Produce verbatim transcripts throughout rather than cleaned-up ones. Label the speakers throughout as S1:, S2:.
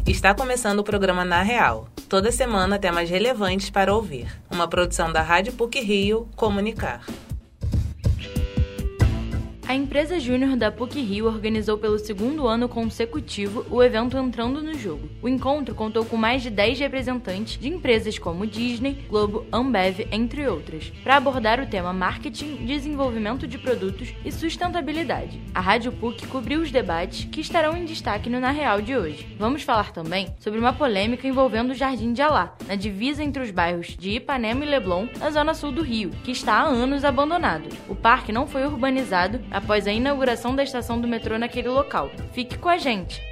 S1: Está começando o programa Na Real. Toda semana temas relevantes para ouvir. Uma produção da Rádio P U C Rio Comunicar.
S2: A empresa júnior da P U C Rio organizou pelo segundo ano consecutivo o evento Entrando no Jogo. O encontro contou com mais de dez representantes de empresas como Disney, Globo, Ambev, entre outras, para abordar o tema marketing, desenvolvimento de produtos e sustentabilidade. A Rádio P U C cobriu os debates que estarão em destaque no Na Real de hoje. Vamos falar também sobre uma polêmica envolvendo o Jardim de Alá, na divisa entre os bairros de Ipanema e Leblon, na zona sul do Rio, que está há anos abandonado. O parque não foi urbanizado após a inauguração da estação do metrô naquele local. Fique com a gente!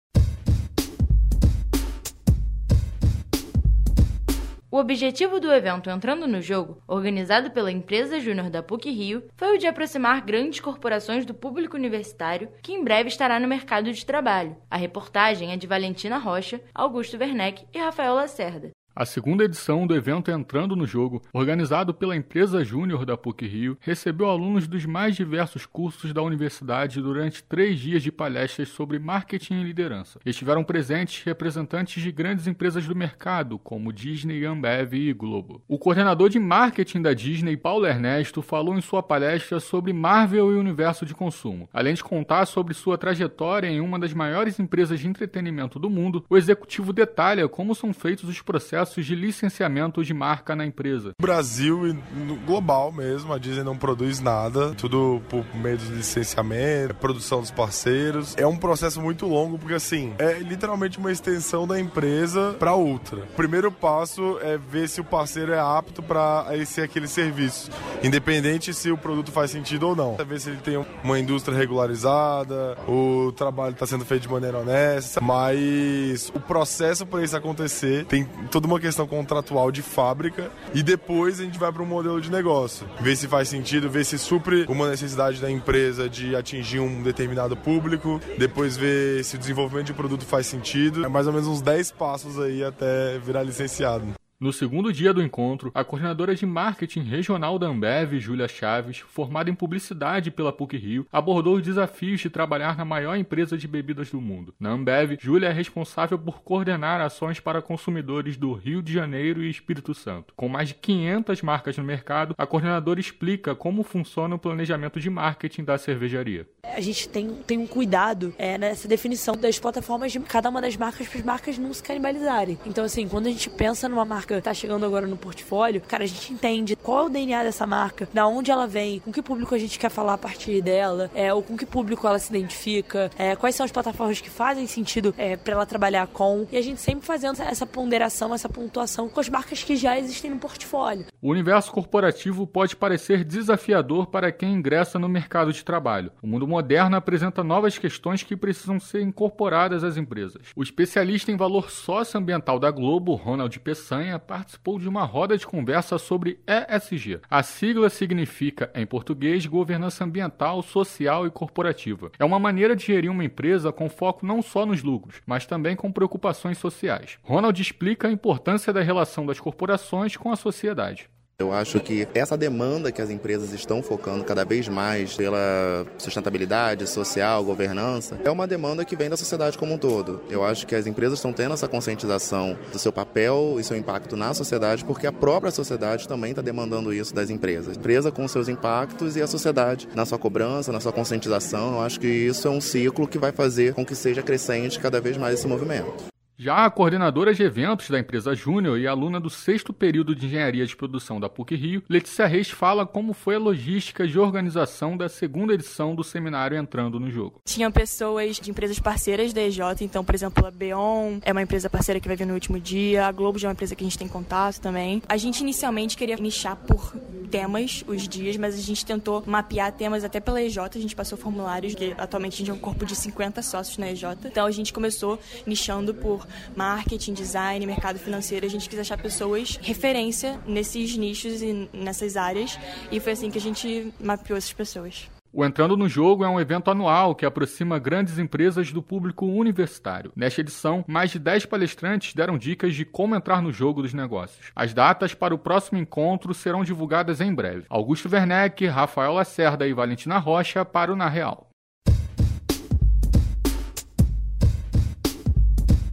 S2: O objetivo do evento Entrando no Jogo, organizado pela empresa júnior da P U C Rio, foi o de aproximar grandes corporações do público universitário, que em breve estará no mercado de trabalho. A reportagem é de Valentina Rocha, Augusto Werneck e Rafael Lacerda.
S3: A segunda edição do evento Entrando no Jogo, organizado pela empresa júnior da P U C Rio, recebeu alunos dos mais diversos cursos da universidade durante três dias de palestras sobre marketing e liderança. Estiveram presentes representantes de grandes empresas do mercado, como Disney, Ambev e Globo. O coordenador de marketing da Disney, Paulo Ernesto, falou em sua palestra sobre Marvel e o universo de consumo. Além de contar sobre sua trajetória em uma das maiores empresas de entretenimento do mundo, o executivo detalha como são feitos os processos de licenciamento de marca na empresa.
S4: No Brasil e no global mesmo, a Disney não produz nada, tudo por meio de licenciamento, produção dos parceiros. É um processo muito longo, porque assim, é literalmente uma extensão da empresa para outra. O primeiro passo é ver se o parceiro é apto para esse aquele serviço, independente se o produto faz sentido ou não. Ver se ele tem uma indústria regularizada, o trabalho está sendo feito de maneira honesta, mas o processo para isso acontecer tem toda uma questão contratual de fábrica e depois a gente vai para um modelo de negócio. Ver se faz sentido, ver se supre uma necessidade da empresa de atingir um determinado público, depois ver se o desenvolvimento de produto faz sentido. É mais ou menos uns dez passos aí até virar licenciado.
S3: No segundo dia do encontro, a coordenadora de marketing regional da Ambev, Júlia Chaves, formada em publicidade pela P U C Rio, abordou os desafios de trabalhar na maior empresa de bebidas do mundo. Na Ambev, Júlia é responsável por coordenar ações para consumidores do Rio de Janeiro e Espírito Santo. Com mais de quinhentas marcas no mercado, a coordenadora explica como funciona o planejamento de marketing da cervejaria.
S5: A gente tem, tem um cuidado é, nessa definição das plataformas de cada uma das marcas para as marcas não se canibalizarem. Então, assim, quando a gente pensa numa marca tá chegando agora no portfólio, cara, a gente entende qual é o D N A dessa marca, da onde ela vem, com que público a gente quer falar a partir dela, é, ou com que público ela se identifica, é, quais são as plataformas que fazem sentido é, para ela trabalhar com, e a gente sempre fazendo essa ponderação, essa pontuação com as marcas que já existem no portfólio.
S3: O universo corporativo pode parecer desafiador para quem ingressa no mercado de trabalho. O mundo moderno apresenta novas questões que precisam ser incorporadas às empresas. O especialista em valor socioambiental da Globo, Ronald Peçanha, participou de uma roda de conversa sobre E S G. A sigla significa, em português, governança ambiental, social e corporativa. É uma maneira de gerir uma empresa com foco não só nos lucros, mas também com preocupações sociais. Ronald explica a importância da relação das corporações com a sociedade.
S6: Eu acho que essa demanda que as empresas estão focando cada vez mais pela sustentabilidade social, governança, é uma demanda que vem da sociedade como um todo. Eu acho que as empresas estão tendo essa conscientização do seu papel e seu impacto na sociedade, porque a própria sociedade também está demandando isso das empresas. A empresa com seus impactos e a sociedade na sua cobrança, na sua conscientização. Eu acho que isso é um ciclo que vai fazer com que seja crescente cada vez mais esse movimento.
S3: Já a coordenadora de eventos da empresa Júnior e aluna do sexto período de engenharia de produção da P U C Rio, Letícia Reis fala como foi a logística de organização da segunda edição do seminário Entrando no Jogo.
S7: Tinham pessoas de empresas parceiras da E J, então, por exemplo, a Beon é uma empresa parceira que vai vir no último dia, a Globo já é uma empresa que a gente tem contato também. A gente inicialmente queria nichar por temas os dias, mas a gente tentou mapear temas até pela E J, a gente passou formulários, que atualmente a gente é um corpo de cinquenta sócios na E J, então a gente começou nichando por marketing, design, mercado financeiro. A gente quis achar pessoas referência nesses nichos e nessas áreas, e foi assim que a gente mapeou essas pessoas.
S3: O Entrando no Jogo é um evento anual que aproxima grandes empresas do público universitário. Nesta edição, mais de dez palestrantes deram dicas de como entrar no jogo dos negócios. As datas para o próximo encontro serão divulgadas em breve. Augusto Werneck, Rafael Lacerda e Valentina Rocha para o Na Real.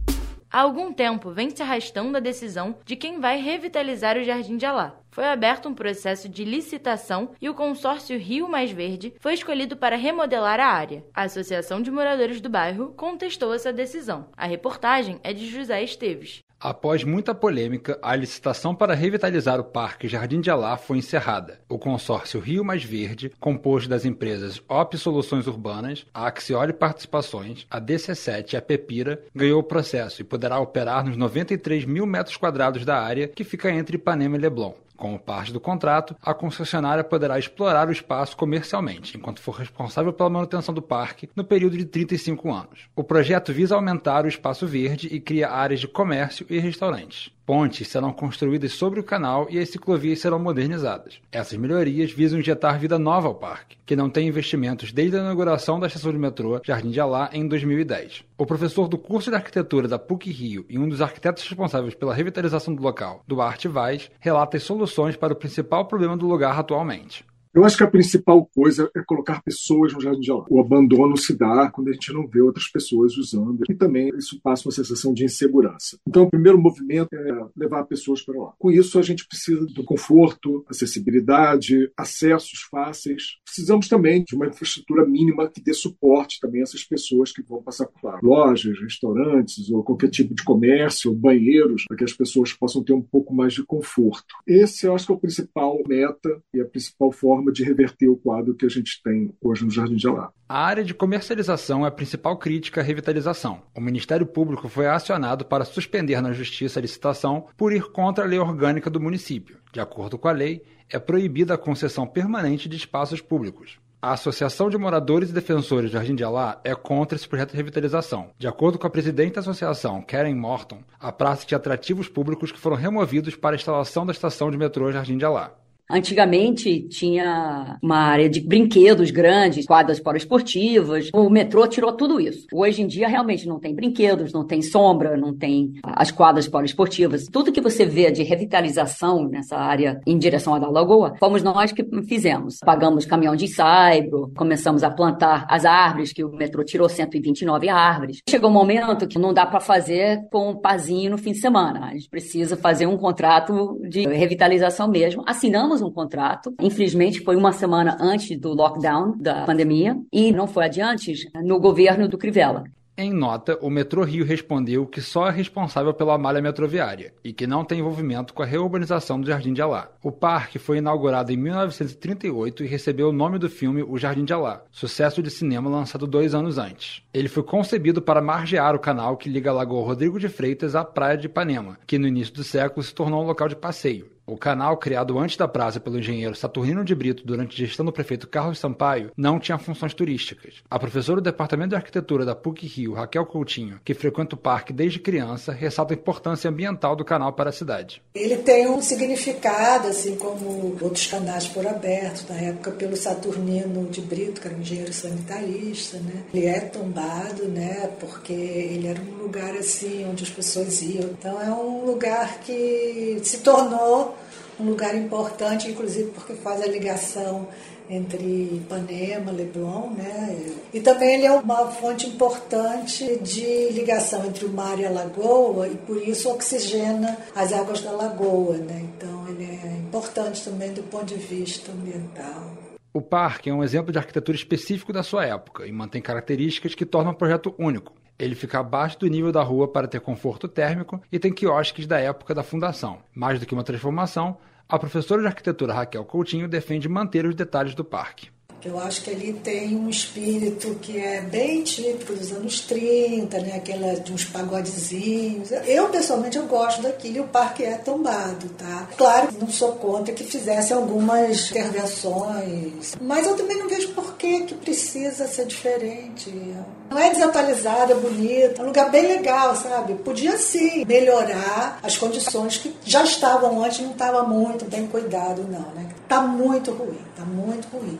S2: Há algum tempo vem se arrastando a decisão de quem vai revitalizar o Jardim de Alá. Foi aberto um processo de licitação e o consórcio Rio Mais Verde foi escolhido para remodelar a área. A Associação de Moradores do Bairro contestou essa decisão. A reportagem é de José Esteves.
S8: Após muita polêmica, a licitação para revitalizar o Parque Jardim de Alá foi encerrada. O consórcio Rio Mais Verde, composto das empresas O P Soluções Urbanas, a Axioli Participações, a D C sete e a Pepira, ganhou o processo e poderá operar nos noventa e três mil metros quadrados da área que fica entre Ipanema e Leblon. Como parte do contrato, a concessionária poderá explorar o espaço comercialmente, enquanto for responsável pela manutenção do parque no período de trinta e cinco anos. O projeto visa aumentar o espaço verde e cria áreas de comércio e restaurantes. Pontes serão construídas sobre o canal e as ciclovias serão modernizadas. Essas melhorias visam injetar vida nova ao parque, que não tem investimentos desde a inauguração da estação de metrô Jardim de Alá em dois mil e dez. O professor do curso de arquitetura da PUC-Rio e um dos arquitetos responsáveis pela revitalização do local, Duarte Vaz, relata as soluções para o principal problema do lugar atualmente.
S9: Eu acho que a principal coisa é colocar pessoas no Jardim de Alá. O abandono se dá quando a gente não vê outras pessoas usando e também isso passa uma sensação de insegurança. Então, o primeiro movimento é levar pessoas para lá. Com isso, a gente precisa do conforto, acessibilidade, acessos fáceis. Precisamos também de uma infraestrutura mínima que dê suporte também a essas pessoas que vão passar por lá. Lojas, restaurantes ou qualquer tipo de comércio, banheiros, para que as pessoas possam ter um pouco mais de conforto. Esse, eu acho que é o principal meta e a principal forma de reverter o quadro que a gente tem hoje no Jardim de Alá.
S8: A área de comercialização é a principal crítica à revitalização. O Ministério Público foi acionado para suspender na Justiça a licitação por ir contra a lei orgânica do município. De acordo com a lei, é proibida a concessão permanente de espaços públicos. A Associação de Moradores e Defensores do Jardim de Alá é contra esse projeto de revitalização. De acordo com a presidente da associação, Karen Morton, a praça tinha atrativos públicos que foram removidos para a instalação da estação de metrô Jardim de Alá.
S10: Antigamente tinha uma área de brinquedos grandes, quadras poliesportivas. O metrô tirou tudo isso. Hoje em dia realmente não tem brinquedos, não tem sombra, não tem as quadras poliesportivas. Tudo que você vê de revitalização nessa área em direção à da Lagoa, fomos nós que fizemos. Pagamos caminhão de ensaio, começamos a plantar as árvores, que o metrô tirou cento e vinte e nove árvores. Chegou um momento que não dá para fazer com um pazinho no fim de semana. A gente precisa fazer um contrato de revitalização mesmo. Assinamos um contrato. Infelizmente, foi uma semana antes do lockdown da pandemia e não foi adiante no governo do Crivella.
S8: Em nota, o Metrô Rio respondeu que só é responsável pela malha metroviária e que não tem envolvimento com a reurbanização do Jardim de Alá. O parque foi inaugurado em mil novecentos e trinta e oito e recebeu o nome do filme O Jardim de Alá, sucesso de cinema lançado dois anos antes. Ele foi concebido para margear o canal que liga a Lagoa Rodrigo de Freitas à Praia de Ipanema, que no início do século se tornou um local de passeio. O canal, criado antes da praça pelo engenheiro Saturnino de Brito durante a gestão do prefeito Carlos Sampaio, não tinha funções turísticas. A professora do Departamento de Arquitetura da PUC-Rio, Raquel Coutinho, que frequenta o parque desde criança, ressalta a importância ambiental do canal para a cidade.
S11: Ele tem um significado, assim como outros canais foram abertos, na época pelo Saturnino de Brito, que era um engenheiro sanitarista, né? Ele é tombado, né? Porque ele era um lugar assim onde as pessoas iam. Então é um lugar que se tornou um lugar importante, inclusive porque faz a ligação entre Ipanema, Leblon, né? E também ele é uma fonte importante de ligação entre o mar e a lagoa e por isso oxigena as águas da lagoa, né? Então ele é importante também do ponto de vista ambiental.
S8: O parque é um exemplo de arquitetura específico da sua época e mantém características que tornam o projeto único. Ele fica abaixo do nível da rua para ter conforto térmico e tem quiosques da época da fundação. Mais do que uma transformação, a professora de arquitetura Raquel Coutinho defende manter os detalhes do parque.
S11: Eu acho que ali tem um espírito que é bem típico dos anos trinta, né? Aquela de uns pagodezinhos. Eu, pessoalmente, eu gosto daquilo e o parque é tombado, tá? Claro, não sou contra que fizesse algumas intervenções, mas eu também não vejo por que que precisa ser diferente. Não é desatualizado, é bonito, é um lugar bem legal, sabe? Podia, sim, melhorar as condições que já estavam antes, não estava muito bem cuidado, não, né? Tá muito ruim, tá muito ruim.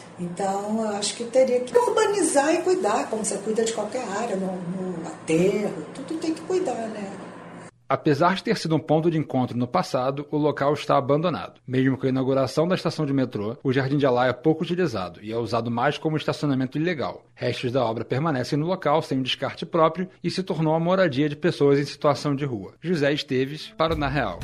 S11: Então, eu acho que teria que urbanizar e cuidar, como você cuida de qualquer área, no, no aterro, tudo tem que cuidar, né?
S8: Apesar de ter sido um ponto de encontro no passado, o local está abandonado. Mesmo com a inauguração da estação de metrô, o Jardim de Alá é pouco utilizado e é usado mais como estacionamento ilegal. Restos da obra permanecem no local sem um descarte próprio e se tornou a moradia de pessoas em situação de rua. José Esteves, para o Na Real.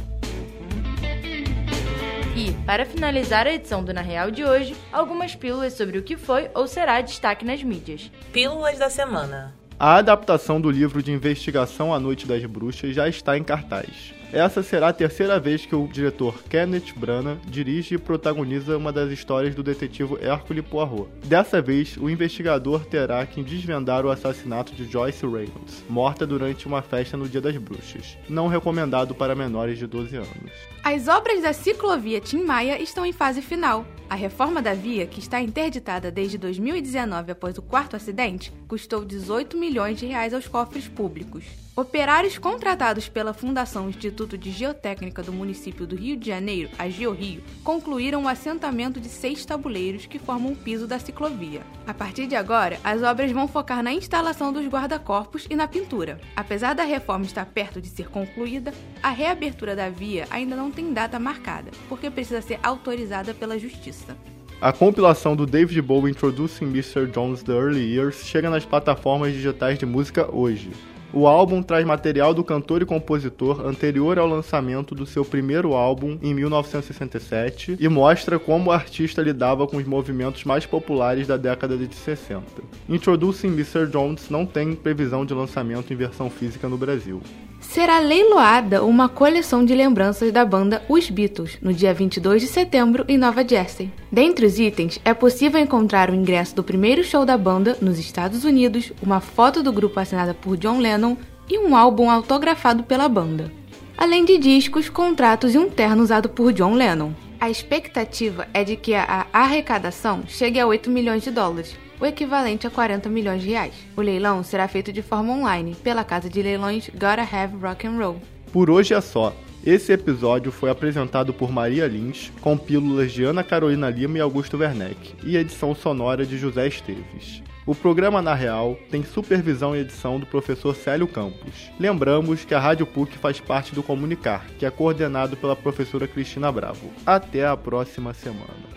S2: E, para finalizar a edição do Na Real de hoje, algumas pílulas sobre o que foi ou será destaque nas mídias.
S1: Pílulas da semana.
S12: A adaptação do livro de investigação A Noite das Bruxas já está em cartaz. Essa será a terceira vez que o diretor Kenneth Branagh dirige e protagoniza uma das histórias do detetive Hercule Poirot. Dessa vez, o investigador terá que desvendar o assassinato de Joyce Reynolds, morta durante uma festa no Dia das Bruxas, não recomendado para menores de doze anos.
S13: As obras da ciclovia Tim Maia estão em fase final. A reforma da via, que está interditada desde dois mil e dezenove após o quarto acidente, custou dezoito milhões de reais aos cofres públicos. Operários contratados pela Fundação Instituto de Geotécnica do município do Rio de Janeiro, a GeoRio, concluíram o assentamento de seis tabuleiros que formam o piso da ciclovia. A partir de agora, as obras vão focar na instalação dos guarda-corpos e na pintura. Apesar da reforma estar perto de ser concluída, a reabertura da via ainda não tem data marcada, porque precisa ser autorizada pela Justiça.
S12: A compilação do David Bowie Introducing mister Jones The Early Years chega nas plataformas digitais de música hoje. O álbum traz material do cantor e compositor anterior ao lançamento do seu primeiro álbum em mil novecentos e sessenta e sete e mostra como o artista lidava com os movimentos mais populares da década de sessenta. Introducing mister Jones não tem previsão de lançamento em versão física no Brasil.
S13: Será leiloada uma coleção de lembranças da banda Os Beatles, no dia vinte e dois de setembro, em Nova Jersey. Dentre os itens, é possível encontrar o ingresso do primeiro show da banda nos Estados Unidos, uma foto do grupo assinada por John Lennon e um álbum autografado pela banda. Além de discos, contratos e um terno usado por John Lennon. A expectativa é de que a arrecadação chegue a oito milhões de dólares, o equivalente a quarenta milhões de reais. O leilão será feito de forma online, pela casa de leilões Gotta Have Rock and Roll.
S12: Por hoje é só. Esse episódio foi apresentado por Maria Lins, com pílulas de Ana Carolina Lima e Augusto Werneck, e edição sonora de José Esteves. O programa Na Real tem supervisão e edição do professor Célio Campos. Lembramos que a Rádio P U C faz parte do Comunicar, que é coordenado pela professora Cristina Bravo. Até a próxima semana.